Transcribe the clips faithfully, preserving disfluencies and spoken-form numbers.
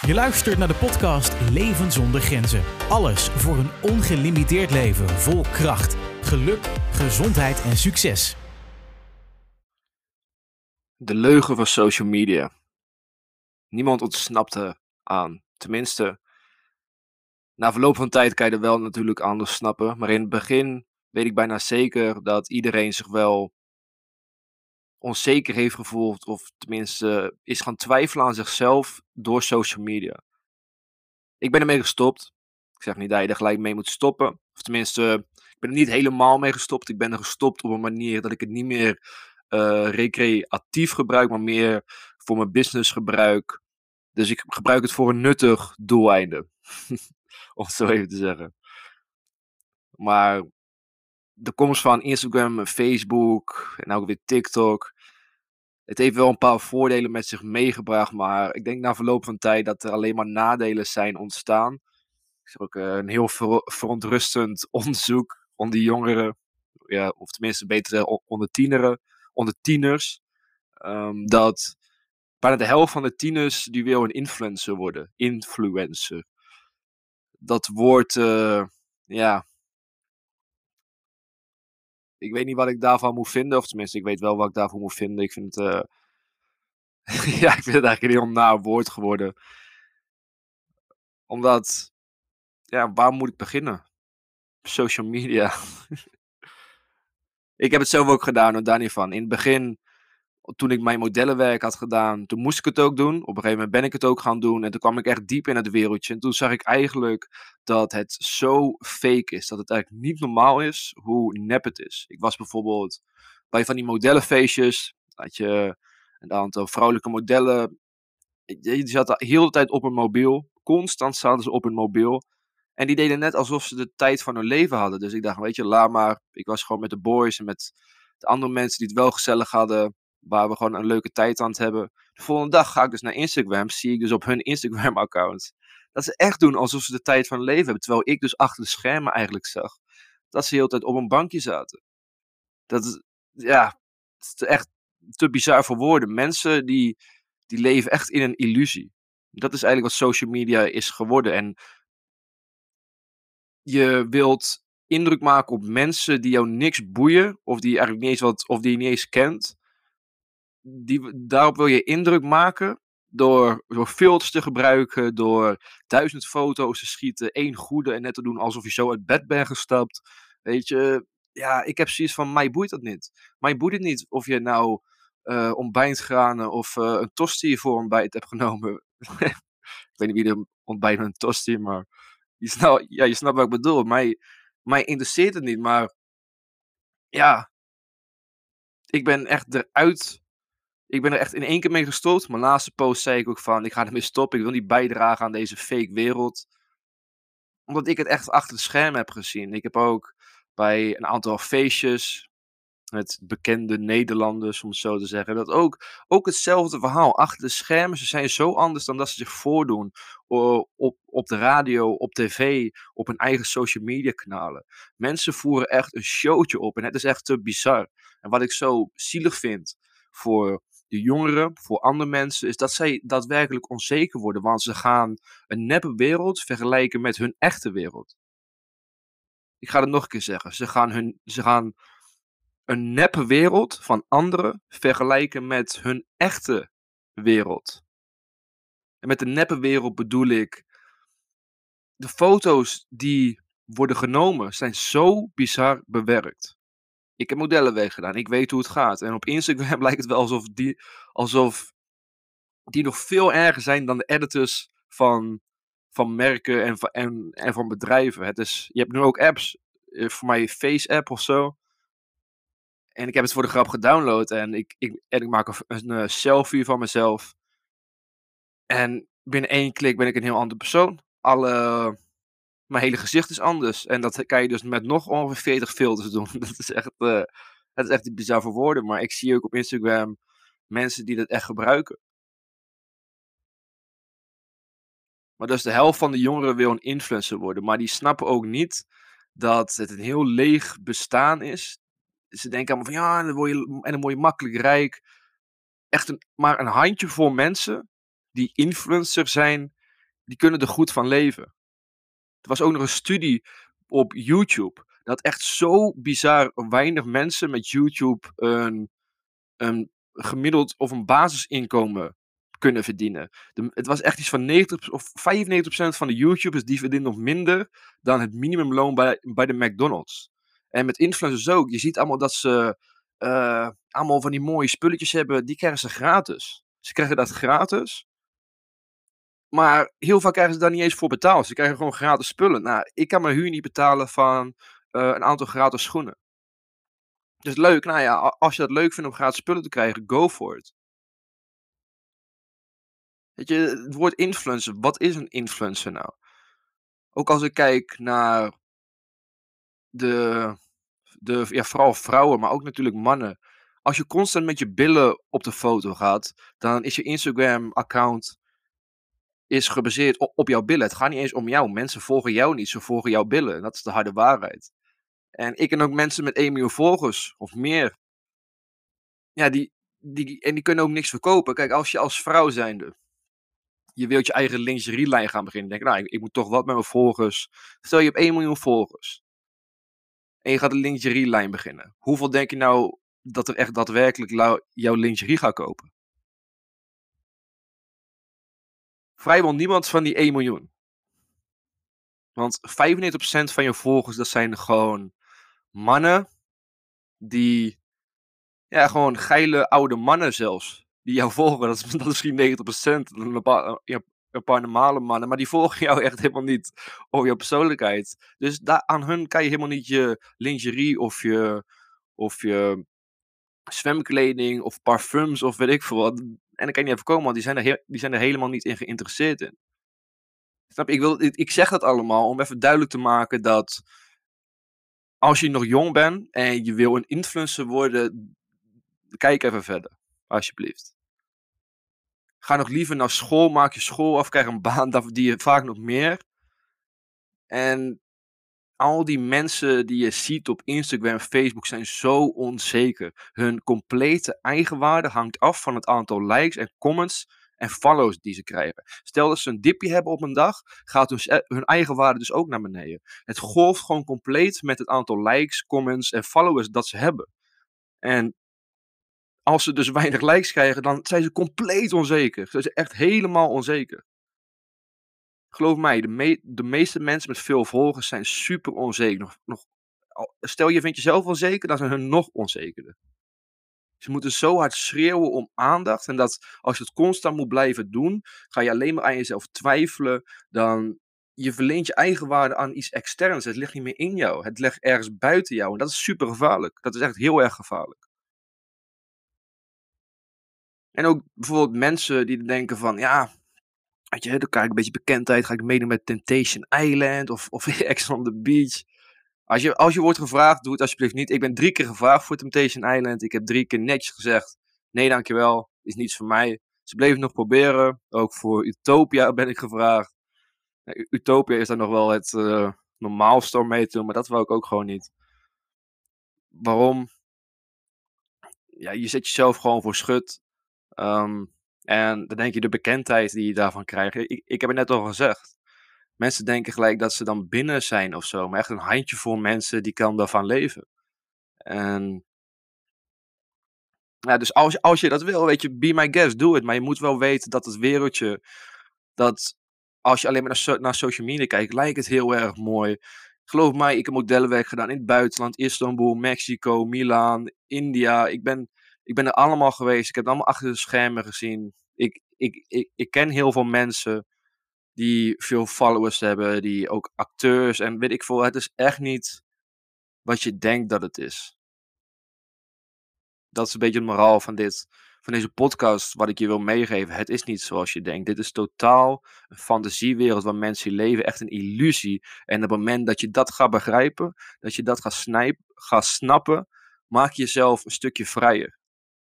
Je luistert naar de podcast Leven zonder grenzen. Alles voor een ongelimiteerd leven vol kracht, geluk, gezondheid en succes. De leugen van social media. Niemand ontsnapt er aan. Tenminste, na verloop van tijd kan je er wel natuurlijk aan ontsnappen. Maar in het begin weet ik bijna zeker dat iedereen zich wel onzeker heeft gevoeld. Of tenminste is gaan twijfelen aan zichzelf door social media. Ik ben ermee gestopt. Ik zeg niet dat je er gelijk mee moet stoppen. Of tenminste, ik ben er niet helemaal mee gestopt. Ik ben er gestopt op een manier dat ik het niet meer uh, recreatief gebruik, maar meer voor mijn business gebruik. Dus ik gebruik het voor een nuttig doeleinde. Om het zo even te zeggen. Maar de komst van Instagram, Facebook en ook weer TikTok. Het heeft wel een paar voordelen met zich meegebracht. Maar ik denk na verloop van tijd dat er alleen maar nadelen zijn ontstaan. Ik zag ook uh, een heel ver- verontrustend onderzoek onder jongeren. Ja, of tenminste beter zeggen onder tieneren, onder tieners. Um, dat bijna de helft van de tieners die wil een influencer worden. Influencer. Dat woord, uh, ja. Ik weet niet wat ik daarvan moet vinden. Of tenminste, ik weet wel wat ik daarvan moet vinden. Ik vind het, uh... ja, ik vind het eigenlijk een heel naar woord geworden. Omdat, ja, waar moet ik beginnen? Social media. Ik heb het zelf ook gedaan, hoor, daar niet van. In het begin, toen ik mijn modellenwerk had gedaan, toen moest ik het ook doen. Op een gegeven moment ben ik het ook gaan doen. En toen kwam ik echt diep in het wereldje. En toen zag ik eigenlijk dat het zo fake is. Dat het eigenlijk niet normaal is hoe nep het is. Ik was bijvoorbeeld bij van die modellenfeestjes. Had je een aantal vrouwelijke modellen. Die zaten de hele tijd op een mobiel. Constant zaten ze op een mobiel. En die deden net alsof ze de tijd van hun leven hadden. Dus ik dacht, weet je, laat maar. Ik was gewoon met de boys en met de andere mensen die het wel gezellig hadden. Waar we gewoon een leuke tijd aan het hebben. De volgende dag ga ik dus naar Instagram. Zie ik dus op hun Instagram-account dat ze echt doen alsof ze de tijd van hun leven hebben. Terwijl ik dus achter de schermen eigenlijk zag dat ze de hele tijd op een bankje zaten. Dat is, ja, het is echt te bizar voor woorden. Mensen die, die leven echt in een illusie. Dat is eigenlijk wat social media is geworden. En je wilt indruk maken op mensen die jou niks boeien. Of die je eigenlijk niet eens, wat, of die je niet eens kent. Die, daarop wil je indruk maken door, door filters te gebruiken, door duizend foto's te schieten, één goede en net te doen alsof je zo uit bed bent gestapt. Weet je, ja, ik heb zoiets van, mij boeit dat niet. Mij boeit het niet of je nou uh, ontbijtgranen of uh, een tosti voor ontbijt hebt genomen. Ik weet niet wie er ontbijt met een tosti, maar je snapt, ja, je snapt wat ik bedoel. Mij, mij interesseert het niet, maar ja, ik ben echt eruit. Ik ben er echt in één keer mee gestopt. Mijn laatste post zei ik ook van, ik ga ermee stoppen. Ik wil niet bijdragen aan deze fake wereld. Omdat ik het echt achter de schermen heb gezien. Ik heb ook bij een aantal feestjes met bekende Nederlanders, om het zo te zeggen, dat ook, ook hetzelfde verhaal. Achter de schermen, ze zijn zo anders dan dat ze zich voordoen. Op, op de radio, op tv, op hun eigen social media kanalen. Mensen voeren echt een showtje op en het is echt te bizar. En wat ik zo zielig vind voor de jongeren, voor andere mensen, is dat zij daadwerkelijk onzeker worden. Want ze gaan een neppe wereld vergelijken met hun echte wereld. Ik ga het nog een keer zeggen. Ze gaan, hun, ze gaan een neppe wereld van anderen vergelijken met hun echte wereld. En met de neppe wereld bedoel ik, de foto's die worden genomen zijn zo bizar bewerkt. Ik heb modellenwerk gedaan, ik weet hoe het gaat. En op Instagram lijkt het wel alsof die, alsof die nog veel erger zijn dan de editors van, van merken en van, en, en van bedrijven. Het is, je hebt nu ook apps, voor mij Face app of zo. En ik heb het voor de grap gedownload en ik, ik, en ik maak een, een, een selfie van mezelf. En binnen één klik ben ik een heel andere persoon. Alle, mijn hele gezicht is anders. En dat kan je dus met nog ongeveer veertig filters doen. Dat is echt, uh, dat is echt bizar voor woorden. Maar ik zie ook op Instagram mensen die dat echt gebruiken. Maar dus de helft van de jongeren wil een influencer worden. Maar die snappen ook niet dat het een heel leeg bestaan is. Ze denken allemaal van ja, dan word je, en dan word je makkelijk rijk. Echt een, maar een handjevol mensen die influencer zijn, die kunnen er goed van leven. Er was ook nog een studie op YouTube. Dat echt zo bizar weinig mensen met YouTube een, een gemiddeld of een basisinkomen kunnen verdienen. De, het was echt iets van negentig of vijfennegentig procent van de YouTubers die verdienen nog minder dan het minimumloon bij, bij de McDonald's. En met influencers ook. Je ziet allemaal dat ze uh, allemaal van die mooie spulletjes hebben. Die krijgen ze gratis. Ze krijgen dat gratis. Maar heel vaak krijgen ze daar niet eens voor betaald. Ze krijgen gewoon gratis spullen. Nou, ik kan mijn huur niet betalen van uh, een aantal gratis schoenen. Dus leuk, nou ja, als je dat leuk vindt om gratis spullen te krijgen, go for it. Weet je, het woord influencer, wat is een influencer nou? Ook als ik kijk naar de, de ja, vooral vrouwen, maar ook natuurlijk mannen. Als je constant met je billen op de foto gaat, dan is je Instagram-account is gebaseerd op, op jouw billen. Het gaat niet eens om jou. Mensen volgen jou niet, ze volgen jouw billen. En dat is de harde waarheid. En ik ken ook mensen met één miljoen volgers of meer. Ja, die, die, en die kunnen ook niks verkopen. Kijk, als je als vrouw zijnde, je wilt je eigen lingerielijn gaan beginnen. Denk, nou, ik, ik moet toch wat met mijn volgers. Stel je hebt één miljoen volgers. En je gaat een lingerielijn beginnen. Hoeveel denk je nou dat er echt daadwerkelijk lau- jouw lingerie gaat kopen? Vrijwel niemand van die één miljoen. Want vijfennegentig procent van je volgers, dat zijn gewoon mannen die, ja, gewoon geile oude mannen zelfs. Die jou volgen, dat is, dat is misschien negentig procent. Een paar, ja, een paar normale mannen, maar die volgen jou echt helemaal niet over jouw persoonlijkheid. Dus daar, aan hun kan je helemaal niet je lingerie of je, of je zwemkleding of parfums of weet ik veel wat. En dan kan je niet even komen, want die zijn er, he- die zijn er helemaal niet in geïnteresseerd in. Snap je? Ik, wil, ik, ik zeg dat allemaal om even duidelijk te maken dat als je nog jong bent en je wil een influencer worden, kijk even verder, alsjeblieft. Ga nog liever naar school, maak je school af, krijg een baan, daar verdien je vaak nog meer. En al die mensen die je ziet op Instagram, Facebook zijn zo onzeker. Hun complete eigenwaarde hangt af van het aantal likes en comments en follows die ze krijgen. Stel dat ze een dipje hebben op een dag, gaat hun, hun eigenwaarde dus ook naar beneden. Het golft gewoon compleet met het aantal likes, comments en followers dat ze hebben. En als ze dus weinig likes krijgen, dan zijn ze compleet onzeker. Ze zijn echt helemaal onzeker. Geloof mij, de, me- de meeste mensen met veel volgers zijn super onzeker. Nog, nog, stel je vindt jezelf onzeker, dan zijn hun nog onzekerder. Ze moeten zo hard schreeuwen om aandacht. En dat als je het constant moet blijven doen, ga je alleen maar aan jezelf twijfelen. Dan je verleent je eigenwaarde aan iets externs. Het ligt niet meer in jou. Het ligt ergens buiten jou. En dat is super gevaarlijk. Dat is echt heel erg gevaarlijk. En ook bijvoorbeeld mensen die denken van, ja, weet je, dan krijg ik een beetje bekendheid. Ga ik meedoen met Temptation Island of, of Ex on the Beach. Als je, als je wordt gevraagd, doe het alsjeblieft niet. Ik ben drie keer gevraagd voor Temptation Island. Ik heb drie keer netjes gezegd, nee dankjewel, is niets voor mij. Ze bleven nog proberen. Ook voor Utopia ben ik gevraagd. Utopia is daar nog wel het uh, normaalste om mee te doen, maar dat wou ik ook gewoon niet. Waarom? Ja, je zet jezelf gewoon voor schut. Um, en dan denk je de bekendheid die je daarvan krijgt. Ik, ik heb het net al gezegd. Mensen denken gelijk dat ze dan binnen zijn of zo. Maar echt een handjevol mensen die kan daarvan leven. En ja, dus als, als je dat wil, weet je, be my guest, doe het. Maar je moet wel weten dat het wereldje, dat als je alleen maar naar, so- naar social media kijkt, lijkt het heel erg mooi. Geloof mij, ik heb modellenwerk gedaan in het buitenland, Istanbul, Mexico, Milaan, India. Ik ben, ik ben er allemaal geweest. Ik heb het allemaal achter de schermen gezien. Ik, ik, ik, ik ken heel veel mensen die veel followers hebben, die ook acteurs en weet ik veel. Het is echt niet wat je denkt dat het is. Dat is een beetje het moraal van, dit, van deze podcast, wat ik je wil meegeven. Het is niet zoals je denkt. Dit is totaal een fantasiewereld waar mensen leven. Echt een illusie. En op het moment dat je dat gaat begrijpen, dat je dat gaat, snijp, gaat snappen, maak je jezelf een stukje vrijer.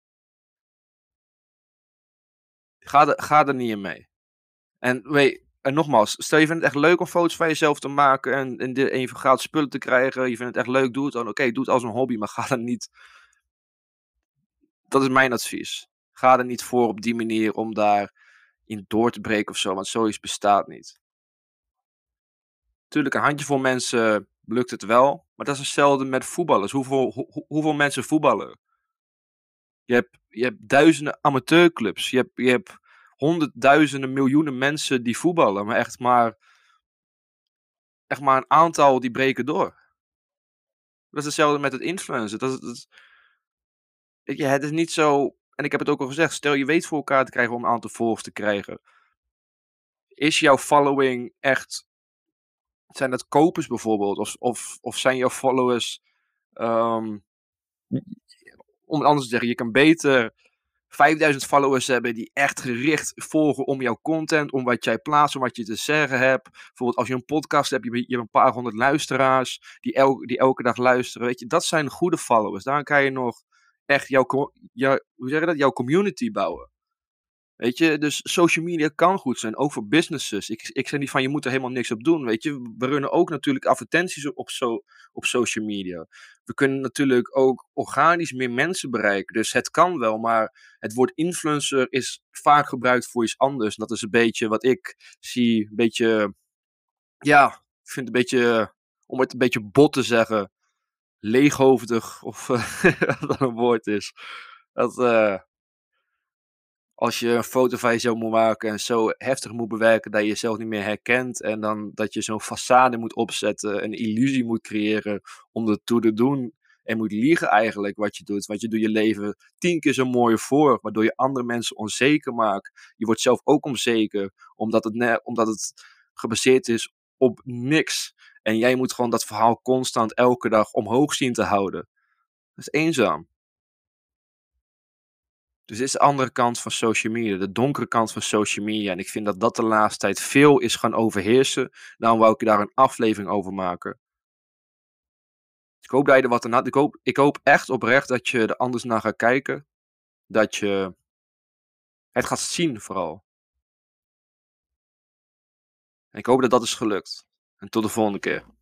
Ga er, ga er niet in mee. En weet, en nogmaals, stel je vindt het echt leuk om foto's van jezelf te maken en, en, de, en je gratis spullen te krijgen. Je vindt het echt leuk, doe het dan. Oké, okay, doe het als een hobby, maar ga er niet. Dat is mijn advies. Ga er niet voor op die manier om daar in door te breken of zo, want zoiets bestaat niet. Tuurlijk, een handjevol mensen lukt het wel, maar dat is hetzelfde met voetballers. Hoeveel, hoe- hoeveel mensen voetballen? Je hebt, je hebt duizenden amateurclubs. Je hebt, je hebt honderdduizenden, miljoenen mensen die voetballen. Maar echt maar, echt maar een aantal die breken door. Dat is hetzelfde met het influencen. Dat is, dat is- weet je, het is niet zo... En ik heb het ook al gezegd. Stel je weet voor elkaar te krijgen om een aantal volgers te krijgen. Is jouw following echt... Zijn dat kopers bijvoorbeeld? Of, of, of zijn jouw followers... ehm, om het anders te zeggen, je kan beter vijfduizend followers hebben die echt gericht volgen om jouw content, om wat jij plaatst, om wat je te zeggen hebt. Bijvoorbeeld als je een podcast hebt, je hebt, je hebt een paar honderd luisteraars die, el, die elke dag luisteren. Weet je, dat zijn goede followers. Daar kan je nog echt jouw, jouw, hoe zeg je dat? Jouw community bouwen. Weet je, dus social media kan goed zijn, ook voor businesses. Ik, ik zeg niet van je moet er helemaal niks op doen, weet je. We runnen ook natuurlijk advertenties op, so, op social media. We kunnen natuurlijk ook organisch meer mensen bereiken. Dus het kan wel, maar het woord influencer is vaak gebruikt voor iets anders. Dat is een beetje wat ik zie, een beetje, ja, ik vind het een beetje, om het een beetje bot te zeggen, leeghoofdig, of wat dat een woord is. Dat, eh... als je een foto van jezelf moet maken en zo heftig moet bewerken dat je jezelf niet meer herkent. En dan dat je zo'n façade moet opzetten, een illusie moet creëren om er toe te doen. En moet liegen eigenlijk wat je doet. Want je doet je leven tien keer zo mooi voor. Waardoor je andere mensen onzeker maakt. Je wordt zelf ook onzeker. Omdat het, ne- omdat het gebaseerd is op niks. En jij moet gewoon dat verhaal constant elke dag omhoog zien te houden. Dat is eenzaam. Dus dit is de andere kant van social media, de donkere kant van social media. En ik vind dat dat de laatste tijd veel is gaan overheersen. Daarom wou ik daar een aflevering over maken. Ik hoop dat je er wat aan had. Ik hoop, ik hoop echt oprecht dat je er anders naar gaat kijken. Dat je het gaat zien vooral. En ik hoop dat dat is gelukt. En tot de volgende keer.